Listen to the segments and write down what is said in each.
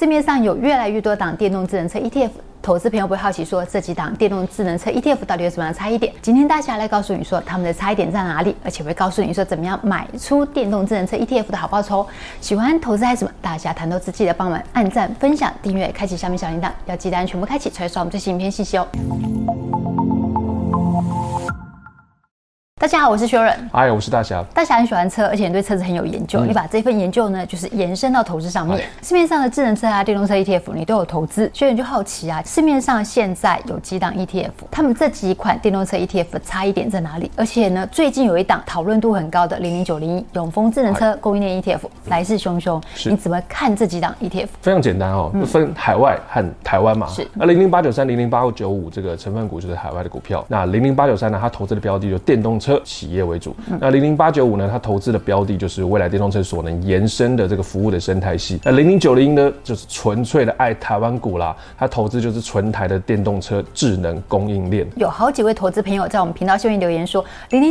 市面上有越来越多档电动智能车 ETF， 投资朋友不会好奇说这几档电动智能车 ETF 到底有什么样的差异点？今天大侠来告诉你说他们的差异点在哪里，而且会告诉你说怎么样买出电动智能车 ETF 的好报酬。喜欢投资还是什么？大侠谈投资记得帮我们按赞、分享、订阅、开启下面小铃铛，要记得按全部开启才会收到我们最新影片信息哦。大家好，我是薛仁。 嗨，我是大侠。 大侠很喜欢车，而且对车子很有研究。你把这份研究呢，就是延伸到投资上面。市面上的智能车啊、电动车 ETF， 你都有投资。薛仁就好奇啊，市面上现在有几档 ETF， 他们这几款电动车 ETF 的差异点在哪里？而且呢，最近有一档讨论度很高的00901永丰智能车供应链 ETF 来势汹汹，你怎么看这几档 ETF？ 非常简单哦，分海外和台湾嘛。 是。 那00893、00895这个成分股就是海外的股票。那00893呢，它投资的标的就电动车企业为主。那00895呢，它投资的标的就是未来电动车所能延伸的这个服务的生态系。那0090呢，就是纯粹的爱台湾股啦，它投资就是纯台的电动车智能供应链。 有好几位投资朋友在我们频道下面留言说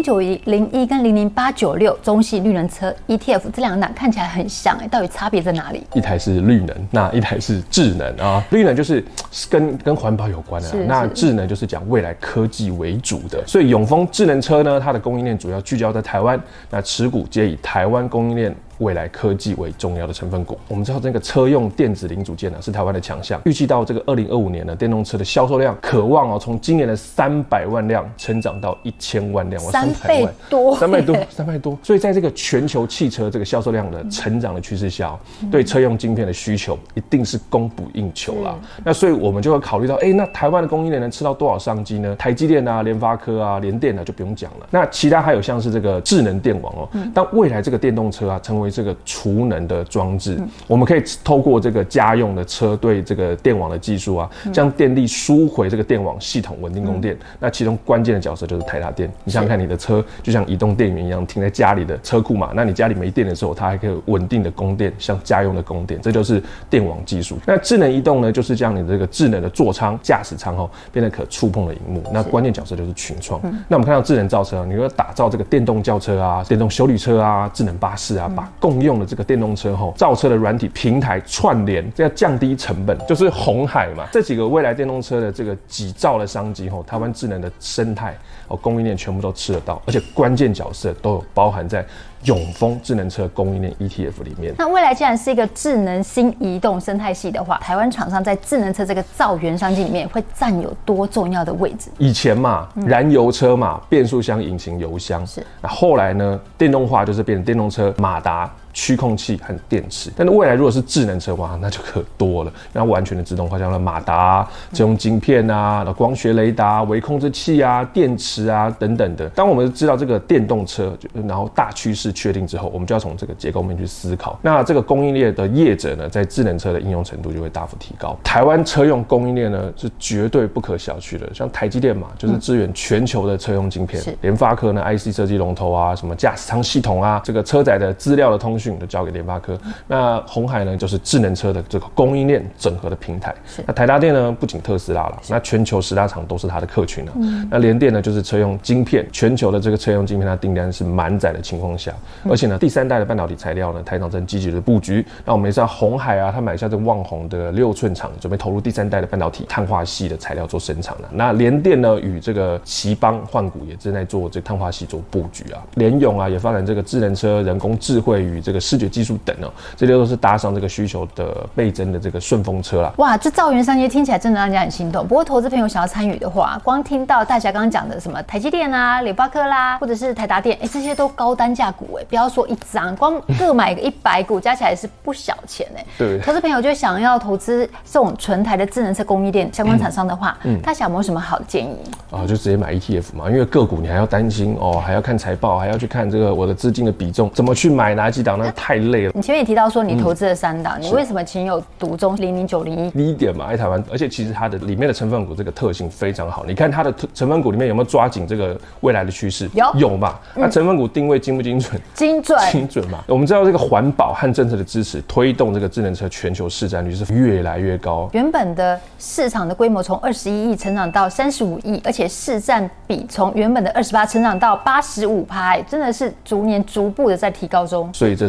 ，00901跟00896中系绿能车 ETF 这两档看起来很像，到底差别在哪里？ 一台是绿能，那一台是智能啊。绿能就是跟环保有关的，那智能就是讲未来科技为主的。所以永丰智能车呢，它的供应链主要聚焦在台湾，那持股皆以台湾供应链未来科技为重要的成分股。我们知道这个车用电子零组件是台湾的强项，预计到这个2025年呢，电动车的销售量渴望从今年的300万辆成长到1000万辆 ，3倍多 ，300多。所以在这个全球汽车这个销售量的成长的趋势下，对车用晶片的需求一定是供不应求啦。那所以我们就会考虑到，那台湾的供应链能吃到多少商机呢？台积电啊、联发科啊、联电啊就不用讲了。那其他还有像是这个智能电网当未来这个电动车成为这个储能的装置，我们可以透过这个家用的车对这个电网的技术将电力输回这个电网系统稳定供电。那其中关键的角色就是台达电。你想想看，你的车就像移动电源一样停在家里的车库嘛，那你家里没电的时候，它还可以稳定的供电，像家用的供电，这就是电网技术。那智能移动呢，就是将你这个智能的座舱、驾驶舱变得可触碰的萤幕。那关键角色就是群创。那我们看到智能造车，你要打造这个电动轿车啊、电动休旅车啊、智能巴士啊，把共用的这个电动车造车的软体平台串联，这样降低成本，就是鸿海嘛。这几个未来电动车的这个几兆的商机台湾智能的生态供应链全部都吃得到，而且关键角色都有包含在永丰智能车供应链 ETF 里面。 那未来既然是一个智能新移动生态系的话，台湾厂商在智能车这个造园商机里面会占有多重要的位置？ 以前嘛，燃油车嘛，变速箱、引擎、油箱。是。那后来呢，电动化就是变成电动车、马达、驱控器和电池。但是未来如果是智能车，哇，那就可多了。然后完全的自动化，像马达、这种晶片啊、光学雷达、微控制器啊、电池啊等等的。当我们知道这个电动车，然后大趋势确定之后，我们就要从这个结构面去思考。那这个供应链的业者呢，在智能车的应用程度就会大幅提高。台湾车用供应链呢，是绝对不可小觑的。像台积电嘛，就是支援全球的车用晶片；联发科呢 ，IC 设计龙头啊，什么驾驶舱系统啊，这个车载的资料的通讯都交给联发科。那鸿海呢，就是智能车的这个供应链整合的平台。那台达电呢，不仅特斯拉啦，那全球10大厂都是它的客群了。那联电呢，就是车用晶片，全球的这个车用晶片，它订单是满载的情况下。而且呢，第3代的半导体材料呢，台厂正积极的布局。那我们也知道鸿海啊，他买下这个旺宏的6寸厂，准备投入第3代的半导体碳化系的材料做生产了。那联电呢，与这个奇邦换股也正在做这个碳化系做布局啊。联咏啊，也发展这个智能车、人工智慧与这个视觉技术等这些都是搭上这个需求的倍增的这个顺风车啦。 哇，这造园商机听起来真的让人家很心动。不过投资朋友想要参与的话，光听到大侠刚刚讲的什么台积电啊、联发科啦，或者是台达电，这些都高单价股不要说一张，光各买个100股加起来是不小钱对， 投资朋友就想要投资这种纯台的智能车供应链相关厂商的话，大侠有没有什么好的建议？ 就直接买 ETF 嘛，因为个股你还要担心还要看财报，还要去看这个我的资金的比重，怎么去买哪几档，那太累了。 你前面也提到说你投资了3档，你为什么情有独钟00901？ 第一点嘛，爱台湾，而且其实它的里面的成分股这个特性非常好。你看它的成分股里面有没有抓紧这个未来的趋势？有嘛？那成分股定位精不精准？精准嘛。我们知道这个环保和政策的支持，推动这个智能车全球市占率是越来越高。 原本的市场的规模从21亿成长到35亿，而且市占比从原本的28成长到85%，真的是逐年逐步的在提高中。 所以这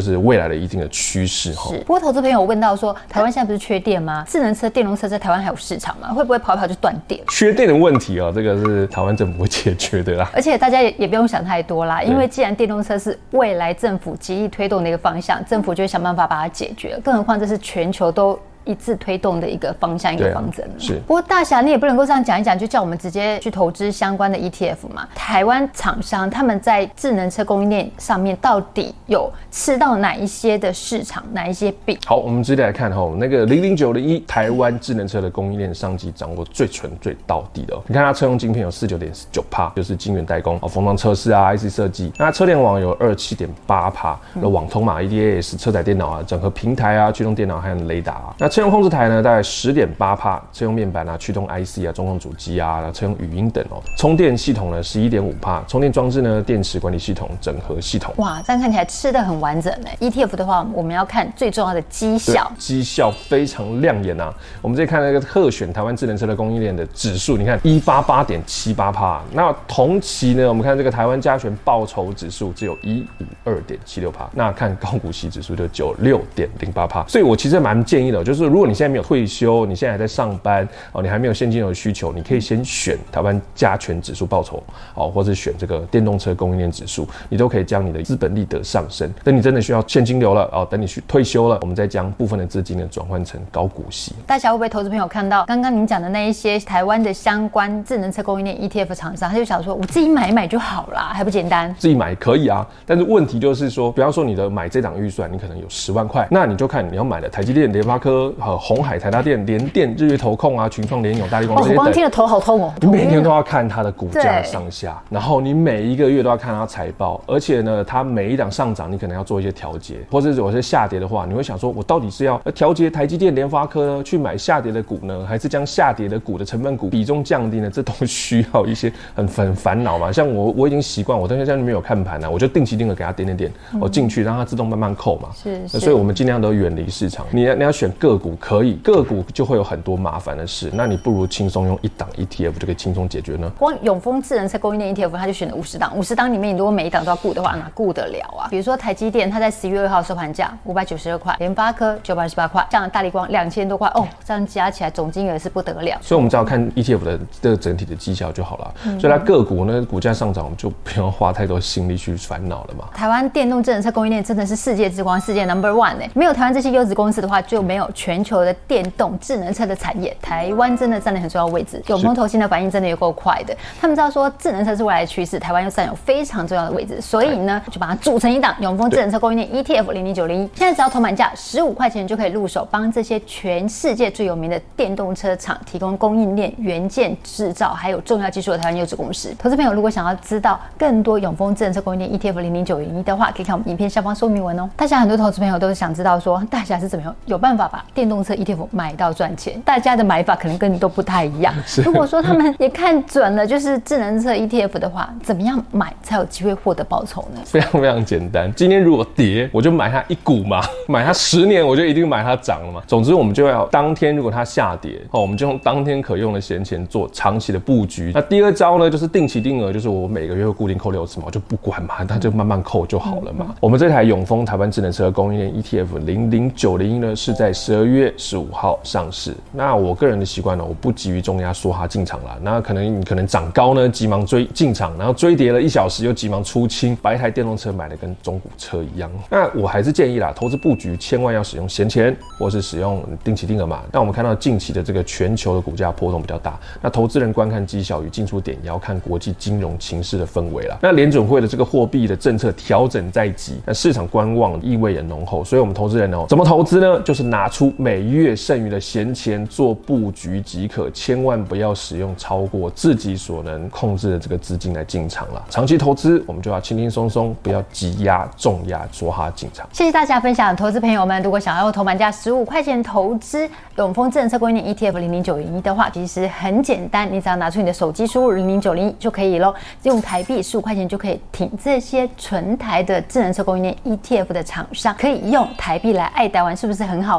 是未来的一定的趋势哈。 是，不过投资朋友问到说，台湾现在不是缺电吗？智能车、电动车在台湾还有市场吗？会不会跑一跑就断电？ 缺电的问题这个是台湾政府会解决的啦。 而且大家也不用想太多啦，因为既然电动车是未来政府极力推动的一个方向，政府就会想办法把它解决。更何况这是全球都一致推动的一个方向，一个方针。 是。 不过大侠，你也不能够这样讲一讲，就叫我们直接去投资相关的 ETF 嘛？台湾厂商他们在智能车供应链上面到底有吃到哪一些的市场，哪一些饼？ 好，我们直接来看那个00901台湾智能车的供应链商机掌握最纯最到底的。你看它车用晶片有 49.9%， 就是晶圆代工、封装测试啊、IC 设计。那车联网有 27.8%， 有网通嘛、EDAS、车载电脑啊、整合平台啊、驱动电脑和雷达啊。那车用控制台呢，大概 10.8%， 车用面板啊、驱动 IC 啊、中控主机啊、车用语音等充电系统呢 11.5%， 充电装置呢、电池管理系统、整合系统。 哇，这样看起来吃得很完整呢。ETF 的话，我们要看最重要的绩效， 绩效非常亮眼啊。我们再看那个特选台湾智能车的供应链的指数，你看188.78%，那同期呢，我们看这个台湾加权报酬指数只有152.76%，那看高股息指数就96.08%。所以我其实蛮建议的，就是如果你现在没有退休，你现在还在上班你还没有现金流的需求，你可以先选台湾加权指数报酬或者选这个电动车供应链指数，你都可以将你的资本利得上升。等你真的需要现金流了等你去退休了，我们再将部分的资金呢转换成高股息。 大家会不会投资朋友看到刚刚您讲的那一些台湾的相关智能车供应链 ETF 厂商，他就想说我自己买一买就好啦，还不简单？ 自己买可以啊，但是问题就是说，比方说你的买这档预算，你可能有10万块，那你就看你要买的台积电、联发科、鸿海、台达电、联电、日月投控啊、群创、联咏、大立光这些等。 我光听了头好痛哦！ 你每天都要看它的股价上下，然后你每一个月都要看它财报，而且呢，它每一档上涨，你可能要做一些调节，或者是有些下跌的话，你会想说，我到底是要调节台积电、联发科呢，去买下跌的股呢，还是将下跌的股的成分股比重降低呢？这都需要一些很烦恼嘛。像我已经习惯，我到现在没有看盘我就定期定额给它点，我进去让它自动慢慢扣嘛。是。所以我们尽量都远离市场。你要选个股可以，个股就会有很多麻烦的事，那你不如轻松用一档 ETF 就可以轻松解决呢。 光永丰智能车供应链 ETF 它就选了50档，50档里面你如果每一档都要顾的话，哪顾得了啊？比如说台积电，它在11月2号收盘价592块，联发科928块，像大立光2000多块这样加起来总金额是不得了。所以我们只要看 ETF 的这个整体的绩效就好了。所以它个股呢，股价上涨我们就不用花太多心力去烦恼了嘛。 台湾电动智能车供应链真的是世界之光，世界 No.1 没有台湾这些优质公司的话，就没有全球的电动智能车的产业。台湾真的占了很重要的位置。永丰投信的反应真的有够快的，他们知道说智能车是未来的趋势，台湾又占有非常重要的位置，所以呢就把它组成一档永丰智能车供应链 ETF 00901，现在只要投满价15块钱就可以入手，帮这些全世界最有名的电动车厂提供供应链、元件制造还有重要技术的台湾优质公司。投资朋友如果想要知道更多永丰智能车供应链 ETF 00901的话，可以看我们影片下方说明文哦。大家很多投资朋友都是想知道说，大家是怎么样有办法把电动车 ETF 买到赚钱？大家的买法可能跟你都不太一样。如果说他们也看准了就是智能车 ETF 的话，怎么样买才有机会获得报酬呢？ 非常非常简单，今天如果跌，我就买它一股嘛，买它10年，我就一定买它涨了嘛。总之，我们就要当天如果它下跌，我们就用当天可用的闲钱做长期的布局。那第二招呢，就是定期定额，就是我每个月会固定扣6次嘛，我就不管嘛，它就慢慢扣就好了嘛。我们这台永丰台湾智能车供应链 ETF 00901呢，是在12月15号上市。那我个人的习惯呢，我不急于重压梭哈进场啦。那你可能涨高呢，急忙追进场，然后追跌了1小时又急忙出清，把一台电动车买的跟中古车一样。那我还是建议啦，投资布局千万要使用闲钱，或是使用定期定额嘛。但我们看到近期的这个全球的股价波动比较大，那投资人观看绩效与进出点也要看国际金融情势的氛围啦。那联准会的这个货币的政策调整在即，那市场观望意味也浓厚，所以我们投资人怎么投资呢？就是拿出每月剩余的闲钱做布局即可，千万不要使用超过自己所能控制的这个资金来进场了。长期投资我们就要轻轻松松，不要急压重压梭哈进场。 谢谢大家分享，投资朋友们如果想要投满价15块钱投资永丰智能车供应链 ETF 00901的话，其实很简单，你只要拿出你的手机输入00901就可以咯，用台币15块钱就可以挺这些纯台的智能车供应链 ETF 的厂商，可以用台币来爱台湾，是不是很好呢？投资朋友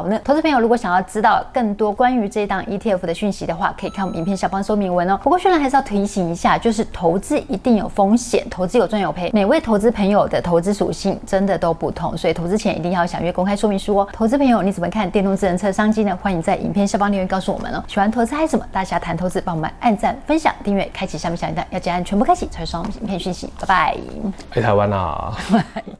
朋友如果想要知道更多关于这一档 ETF 的讯息的话，可以看我们影片下方说明文哦。不过虽然还是要提醒一下，就是投资一定有风险，投资有赚有赔，每位投资朋友的投资属性真的都不同，所以投资前一定要详阅公开说明书哦。投资朋友你怎么看电动自行车商机呢？欢迎在影片下方留言告诉我们哦。喜欢投资还是什么？大侠谈投资，帮我们按赞、分享、订阅、开启下面小铃铛，要记得按全部开启才会收到影片讯息。拜拜。 回台湾啊！